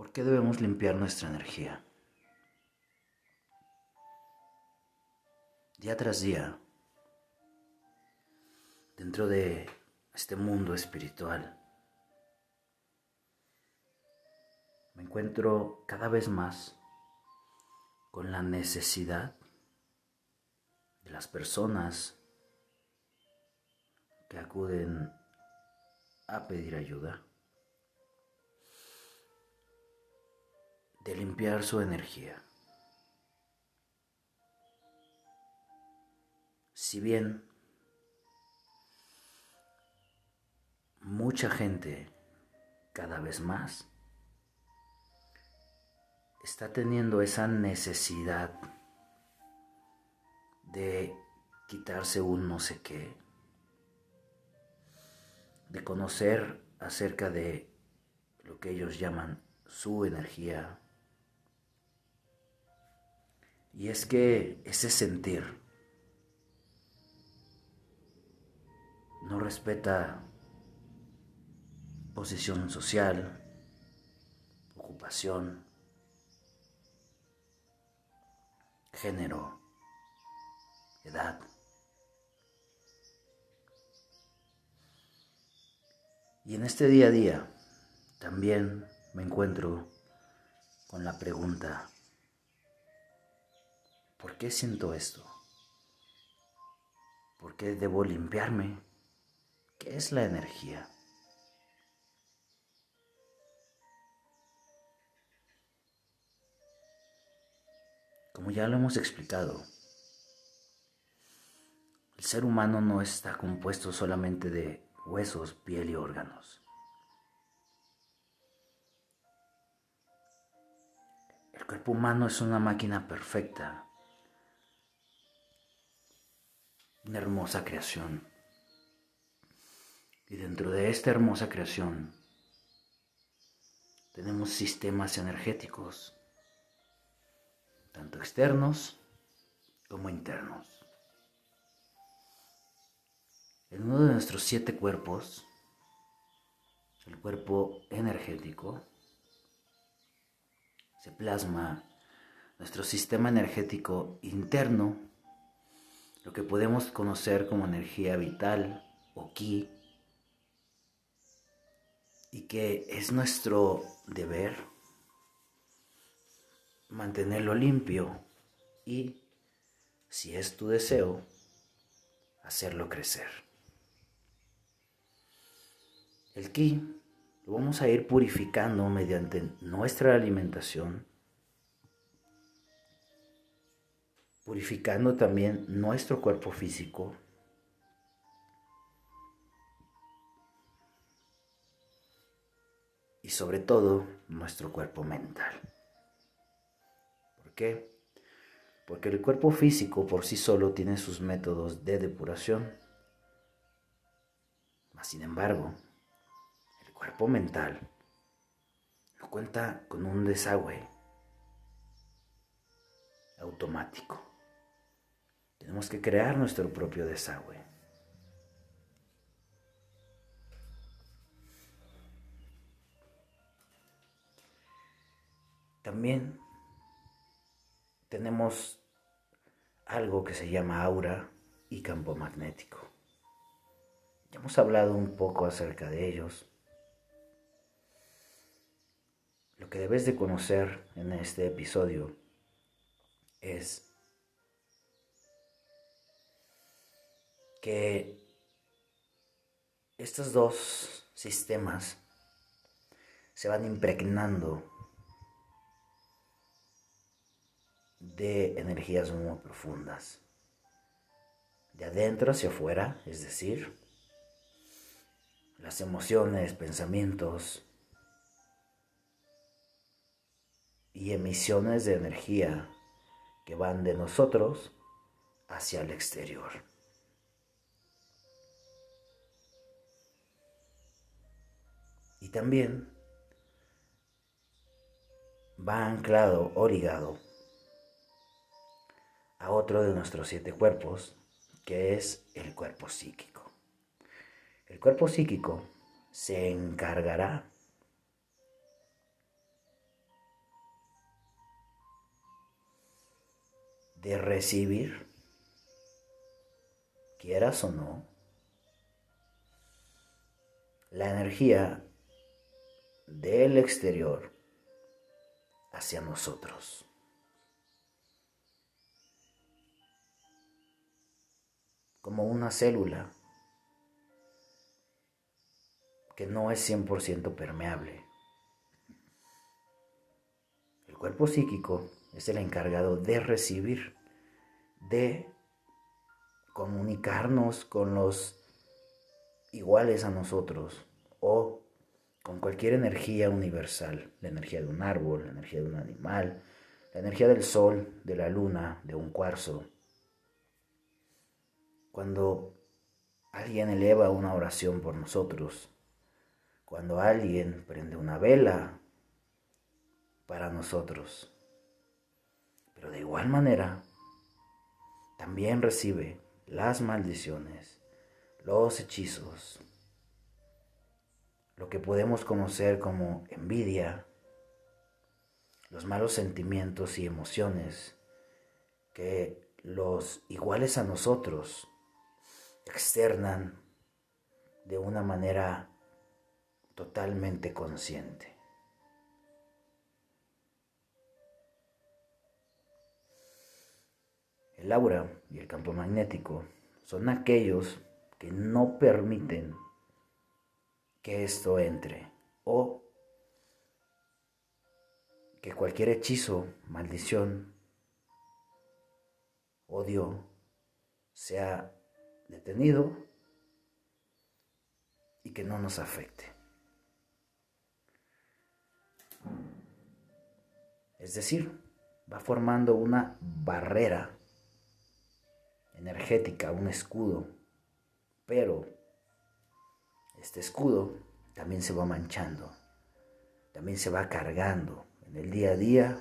¿Por qué debemos limpiar nuestra energía? Día tras día, dentro de este mundo espiritual, me encuentro cada vez más con la necesidad de las personas que acuden a pedir ayuda, de limpiar su energía. Si bien mucha gente cada vez más está teniendo esa necesidad de quitarse un no sé qué, de conocer acerca de lo que ellos llaman su energía. Y es que ese sentir no respeta posición social, ocupación, género, edad. Y en este día a día también me encuentro con la pregunta: ¿por qué siento esto? ¿Por qué debo limpiarme? ¿Qué es la energía? Como ya lo hemos explicado, el ser humano no está compuesto solamente de huesos, piel y órganos. El cuerpo humano es una máquina perfecta, una hermosa creación. Y dentro de esta hermosa creación tenemos sistemas energéticos, tanto externos como internos. En uno de nuestros 7 cuerpos, el cuerpo energético, se plasma nuestro sistema energético interno, lo que podemos conocer como energía vital o ki, y que es nuestro deber mantenerlo limpio y, si es tu deseo, hacerlo crecer. El ki lo vamos a ir purificando mediante nuestra alimentación, purificando también nuestro cuerpo físico, y sobre todo nuestro cuerpo mental. ¿Por qué? Porque el cuerpo físico por sí solo tiene sus métodos de depuración. Mas, sin embargo, el cuerpo mental no cuenta con un desagüe automático. Tenemos que crear nuestro propio desagüe. También tenemos algo que se llama aura y campo magnético. Ya hemos hablado un poco acerca de ellos. Lo que debes de conocer en este episodio es que estos dos sistemas se van impregnando de energías muy profundas, de adentro hacia afuera, es decir, las emociones, pensamientos y emisiones de energía que van de nosotros hacia el exterior. Y también va anclado o ligado a otro de nuestros 7 cuerpos, que es el cuerpo psíquico. El cuerpo psíquico se encargará de recibir, quieras o no, la energía del exterior hacia nosotros. Como una célula que no es 100% permeable. El cuerpo psíquico es el encargado de recibir, de comunicarnos con los iguales a nosotros o con cualquier energía universal, la energía de un árbol, la energía de un animal, la energía del sol, de la luna, de un cuarzo. Cuando alguien eleva una oración por nosotros, cuando alguien prende una vela para nosotros, pero de igual manera también recibe las maldiciones, los hechizos, lo que podemos conocer como envidia, los malos sentimientos y emociones que los iguales a nosotros externan de una manera totalmente consciente. El aura y el campo magnético son aquellos que no permiten que esto entre o que cualquier hechizo, maldición, odio sea detenido y que no nos afecte. Es decir, va formando una barrera energética, un escudo, pero este escudo también se va manchando, también se va cargando en el día a día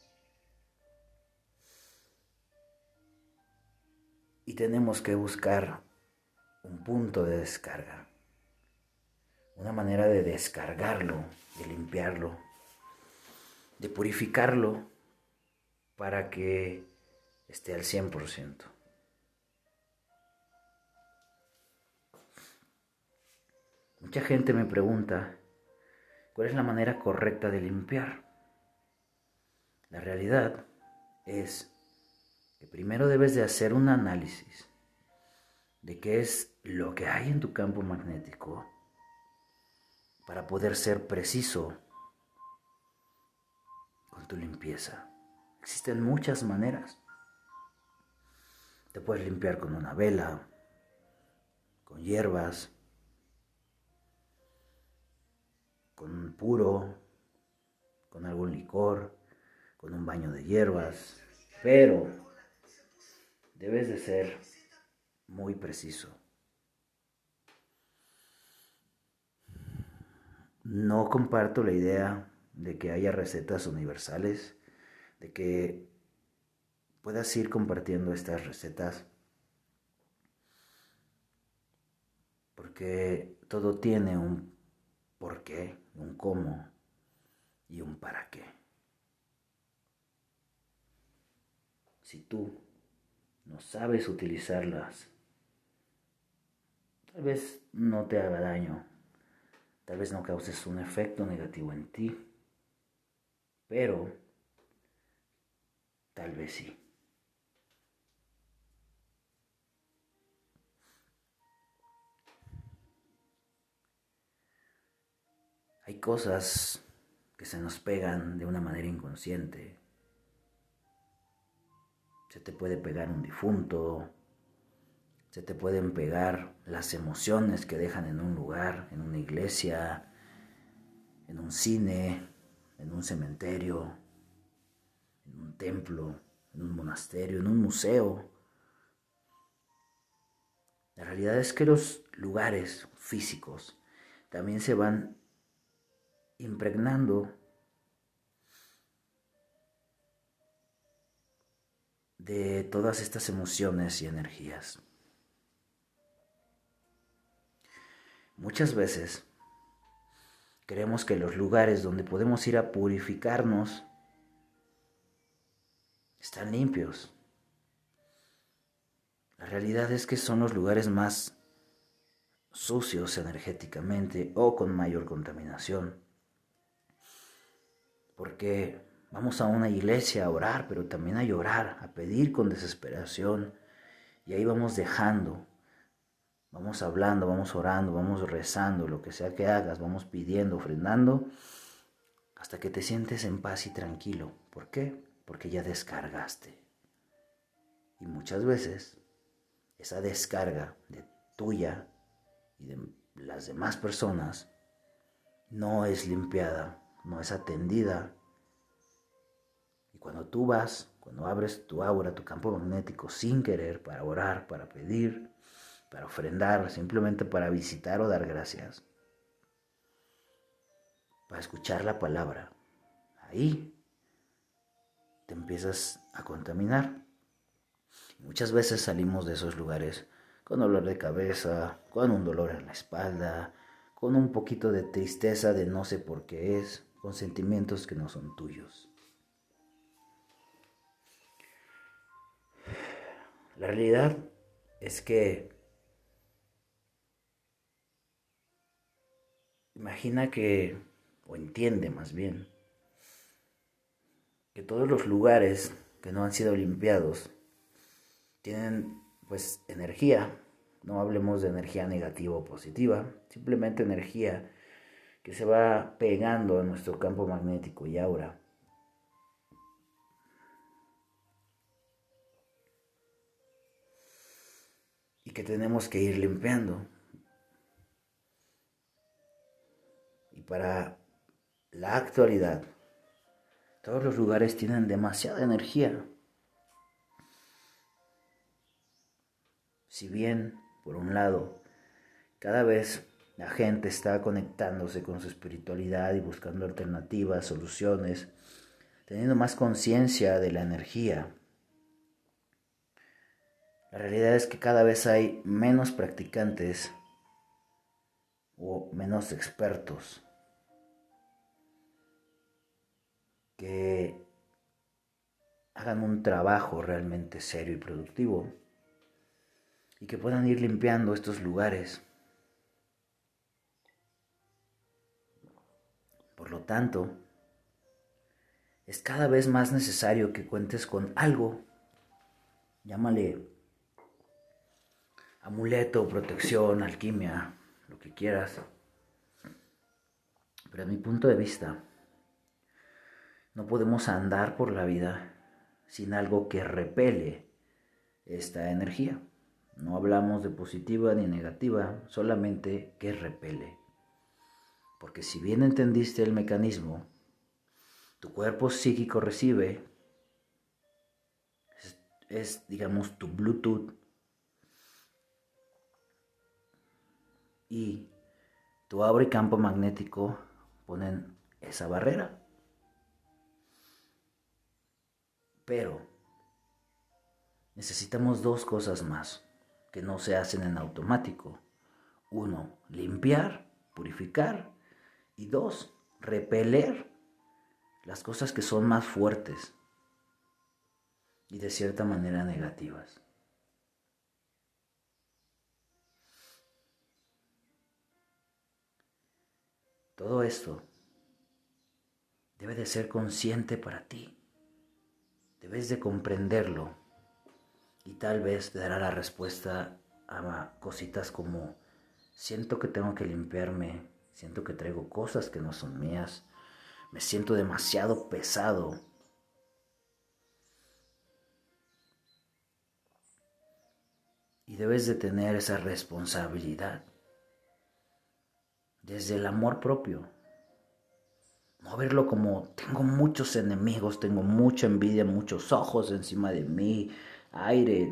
y tenemos que buscar un punto de descarga, una manera de descargarlo, de limpiarlo, de purificarlo para que esté al 100%. Mucha gente me pregunta, ¿cuál es la manera correcta de limpiar? La realidad es que primero debes de hacer un análisis de qué es lo que hay en tu campo magnético para poder ser preciso con tu limpieza. Existen muchas maneras. Te puedes limpiar con una vela, con hierbas, con un puro, con algún licor, con un baño de hierbas, pero debes de ser muy preciso. No comparto la idea de que haya recetas universales, de que puedas ir compartiendo estas recetas, porque todo tiene un porqué, un cómo y un para qué. Si tú no sabes utilizarlas, tal vez no te haga daño, tal vez no causes un efecto negativo en ti, pero tal vez sí. Hay cosas que se nos pegan de una manera inconsciente. Se te puede pegar un difunto, se te pueden pegar las emociones que dejan en un lugar, en una iglesia, en un cine, en un cementerio, en un templo, en un monasterio, en un museo. La realidad es que los lugares físicos también se van impregnando de todas estas emociones y energías. Muchas veces creemos que los lugares donde podemos ir a purificarnos están limpios, La realidad es que son los lugares más sucios energéticamente o con mayor contaminación. Porque vamos a una iglesia a orar, pero también a llorar, a pedir con desesperación. Y ahí vamos dejando, vamos hablando, vamos orando, vamos rezando, lo que sea que hagas, vamos pidiendo, ofrendando, hasta que te sientes en paz y tranquilo. ¿Por qué? Porque ya descargaste. Y muchas veces esa descarga de tuya y de las demás personas no es limpiada, no es atendida. Y cuando tú vas, cuando abres tu aura, tu campo magnético sin querer, para orar, para pedir, para ofrendar, simplemente para visitar o dar gracias, para escuchar la palabra, ahí te empiezas a contaminar. Muchas veces salimos de esos lugares con dolor de cabeza, con un dolor en la espalda, con un poquito de tristeza de no sé por qué es, con sentimientos que no son tuyos. La realidad es que imagina que, o entiende más bien, que todos los lugares que no han sido limpiados tienen pues energía. No hablemos de energía negativa o positiva, simplemente energía que se va pegando a nuestro campo magnético y aura. Y que tenemos que ir limpiando. Y para la actualidad, todos los lugares tienen demasiada energía. Si bien, por un lado, cada vez la gente está conectándose con su espiritualidad y buscando alternativas, soluciones, teniendo más conciencia de la energía. La realidad es que cada vez hay menos practicantes o menos expertos que hagan un trabajo realmente serio y productivo y que puedan ir limpiando estos lugares. Por lo tanto, es cada vez más necesario que cuentes con algo, llámale amuleto, protección, alquimia, lo que quieras. Pero a mi punto de vista, no podemos andar por la vida sin algo que repele esta energía. No hablamos de positiva ni negativa, solamente que repele. Porque si bien entendiste el mecanismo, tu cuerpo psíquico recibe, digamos, tu Bluetooth y tu aura y campo magnético ponen esa barrera. Pero necesitamos dos cosas más que no se hacen en automático. Uno, limpiar, purificar. Y dos, repeler las cosas que son más fuertes y de cierta manera negativas. Todo esto debe de ser consciente para ti. Debes de comprenderlo y tal vez te dará la respuesta a cositas como: siento que tengo que limpiarme, siento que traigo cosas que no son mías, me siento demasiado pesado. Y debes de tener esa responsabilidad desde el amor propio. No verlo como: tengo muchos enemigos, tengo mucha envidia, muchos ojos encima de mí, aire.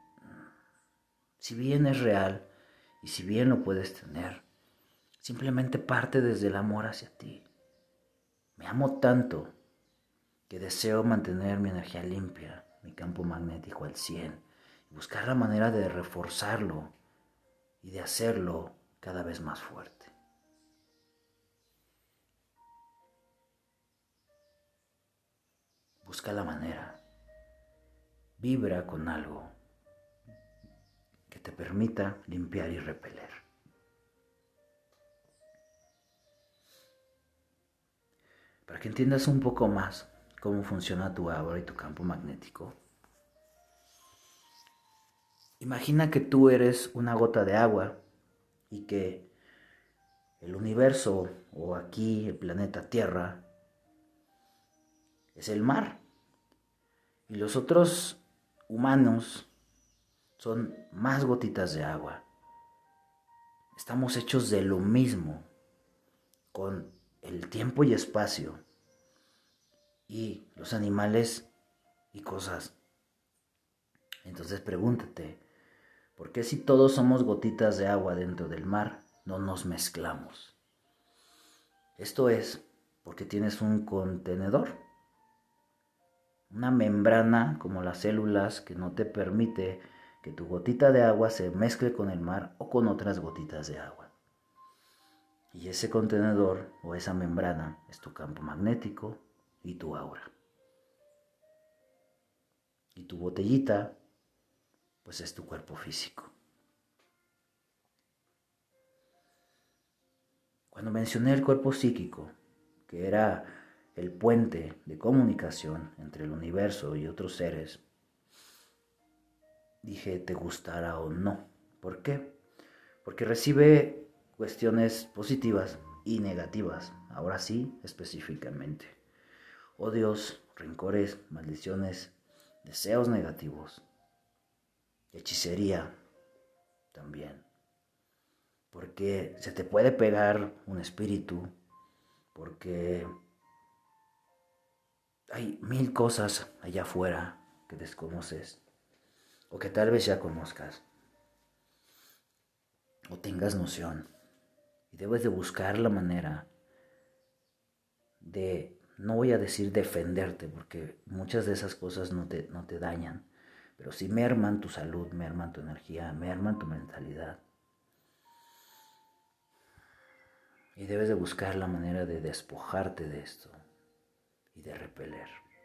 Si bien es real y si bien lo puedes tener, simplemente parte desde el amor hacia ti. Me amo tanto que deseo mantener mi energía limpia, mi campo magnético al 100, y buscar la manera de reforzarlo y de hacerlo cada vez más fuerte. Busca la manera, vibra con algo, que te permita limpiar y repeler. Para que entiendas un poco más cómo funciona tu aura y tu campo magnético, imagina que tú eres una gota de agua y que el universo, o aquí el planeta Tierra, es el mar. Y los otros humanos son más gotitas de agua. Estamos hechos de lo mismo, con el tiempo y espacio, y los animales y cosas. Entonces pregúntate, ¿por qué si todos somos gotitas de agua dentro del mar, no nos mezclamos? Esto es porque tienes un contenedor, una membrana como las células que no te permite que tu gotita de agua se mezcle con el mar o con otras gotitas de agua. Y ese contenedor o esa membrana es tu campo magnético y tu aura. Y tu botellita, pues es tu cuerpo físico. Cuando mencioné el cuerpo psíquico, que era el puente de comunicación entre el universo y otros seres, dije te gustará o no. ¿Por qué? Porque recibe cuestiones positivas y negativas, ahora sí específicamente. Odios, rencores, maldiciones, deseos negativos, hechicería también. Porque se te puede pegar un espíritu, porque hay mil cosas allá afuera que desconoces o que tal vez ya conozcas o tengas noción, y debes de buscar la manera de, no voy a decir defenderte, porque muchas de esas cosas no te dañan, pero sí merman tu salud, merman tu energía, merman tu mentalidad. Y debes de buscar la manera de despojarte de esto y de repeler.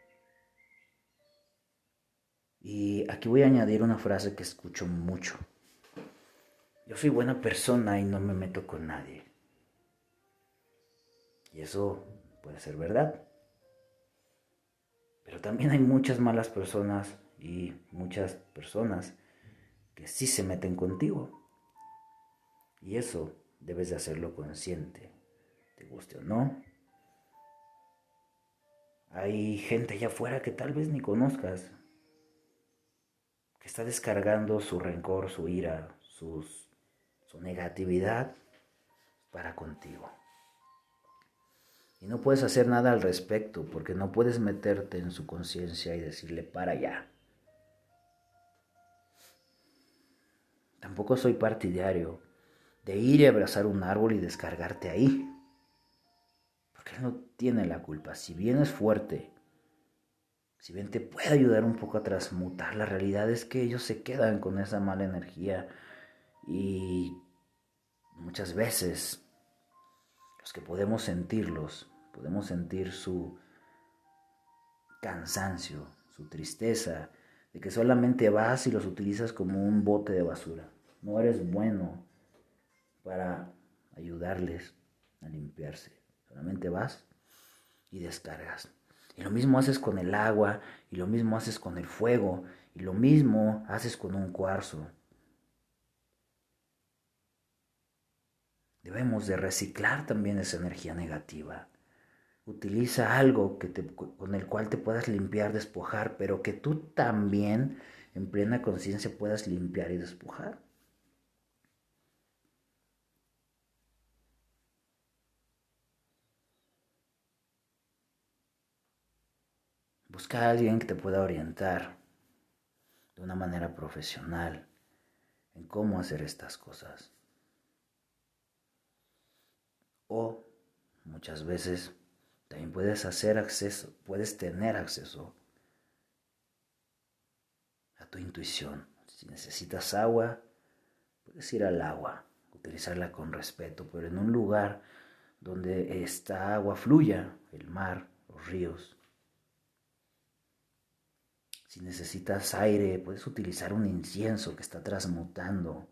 Y aquí voy a añadir una frase que escucho mucho. Yo soy buena persona y no me meto con nadie. Y eso puede ser verdad. Pero también hay muchas malas personas y muchas personas que sí se meten contigo. Y eso debes de hacerlo consciente, te guste o no. Hay gente allá afuera que tal vez ni conozcas, que está descargando su rencor, su ira, su negatividad para contigo. Y no puedes hacer nada al respecto porque no puedes meterte en su conciencia y decirle para allá. Tampoco soy partidario de ir y abrazar un árbol y descargarte ahí, porque él no tiene la culpa. Si bien es fuerte, si bien te puede ayudar un poco a transmutar, la realidad es que ellos se quedan con esa mala energía y muchas veces los que podemos sentirlos, podemos sentir su cansancio, su tristeza, de que solamente vas y los utilizas como un bote de basura. No eres bueno para ayudarles a limpiarse. Solamente vas y descargas. Y lo mismo haces con el agua, y lo mismo haces con el fuego, y lo mismo haces con un cuarzo. Debemos de reciclar también esa energía negativa. Utiliza algo con el cual te puedas limpiar, despojar, pero que tú también en plena conciencia puedas limpiar y despojar. Busca a alguien que te pueda orientar de una manera profesional en cómo hacer estas cosas. O muchas veces también puedes tener acceso a tu intuición. Si necesitas agua, puedes ir al agua, utilizarla con respeto, pero en un lugar donde esta agua fluya, el mar, los ríos. Si necesitas aire, puedes utilizar un incienso que está transmutando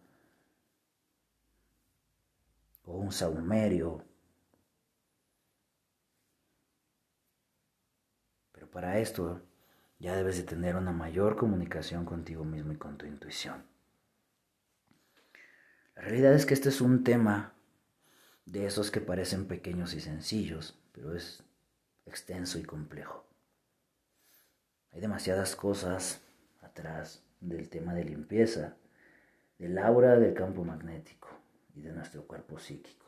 o un saumerio. Pero para esto ya debes de tener una mayor comunicación contigo mismo y con tu intuición. La realidad es que este es un tema de esos que parecen pequeños y sencillos, pero es extenso y complejo. Hay demasiadas cosas atrás del tema de limpieza, del aura del campo magnético y de nuestro cuerpo psíquico.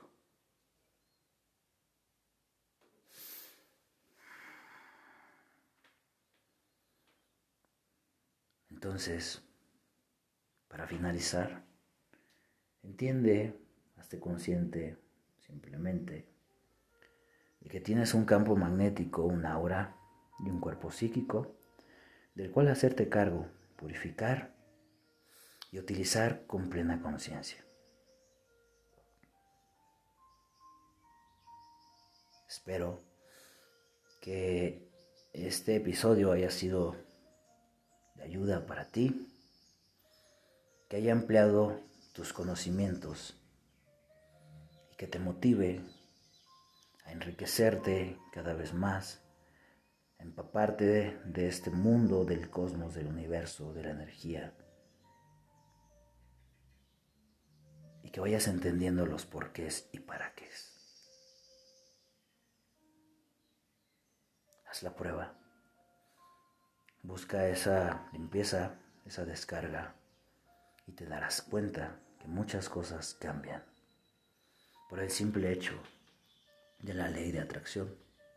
Entonces, para finalizar, entiende, hazte consciente simplemente de que tienes un campo magnético, un aura y un cuerpo psíquico del cual hacerte cargo, purificar y utilizar con plena conciencia. Espero que este episodio haya sido de ayuda para ti, que haya ampliado tus conocimientos y que te motive a enriquecerte cada vez más, a empaparte de este mundo, del cosmos, del universo, de la energía, y que vayas entendiendo los porqués y para qué. Haz la prueba. Busca esa limpieza, esa descarga, y te darás cuenta que muchas cosas cambian por el simple hecho de la ley de atracción.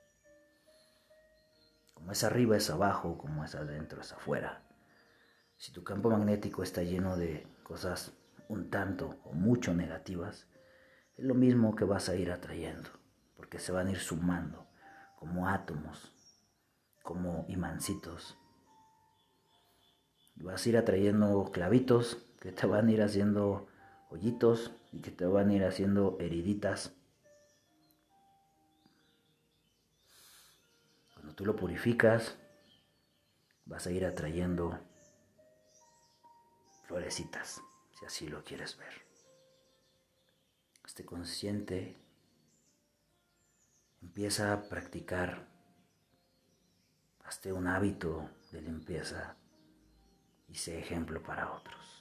Como es arriba es abajo, como es adentro es afuera. Si tu campo magnético está lleno de cosas un tanto o mucho negativas, es lo mismo que vas a ir atrayendo, porque se van a ir sumando como átomos, como imancitos. Vas a ir atrayendo clavitos que te van a ir haciendo hoyitos y que te van a ir haciendo heriditas. Cuando tú lo purificas, vas a ir atrayendo florecitas, si así lo quieres ver. Esté consciente, empieza a practicar, hazte un hábito de limpieza y sé ejemplo para otros.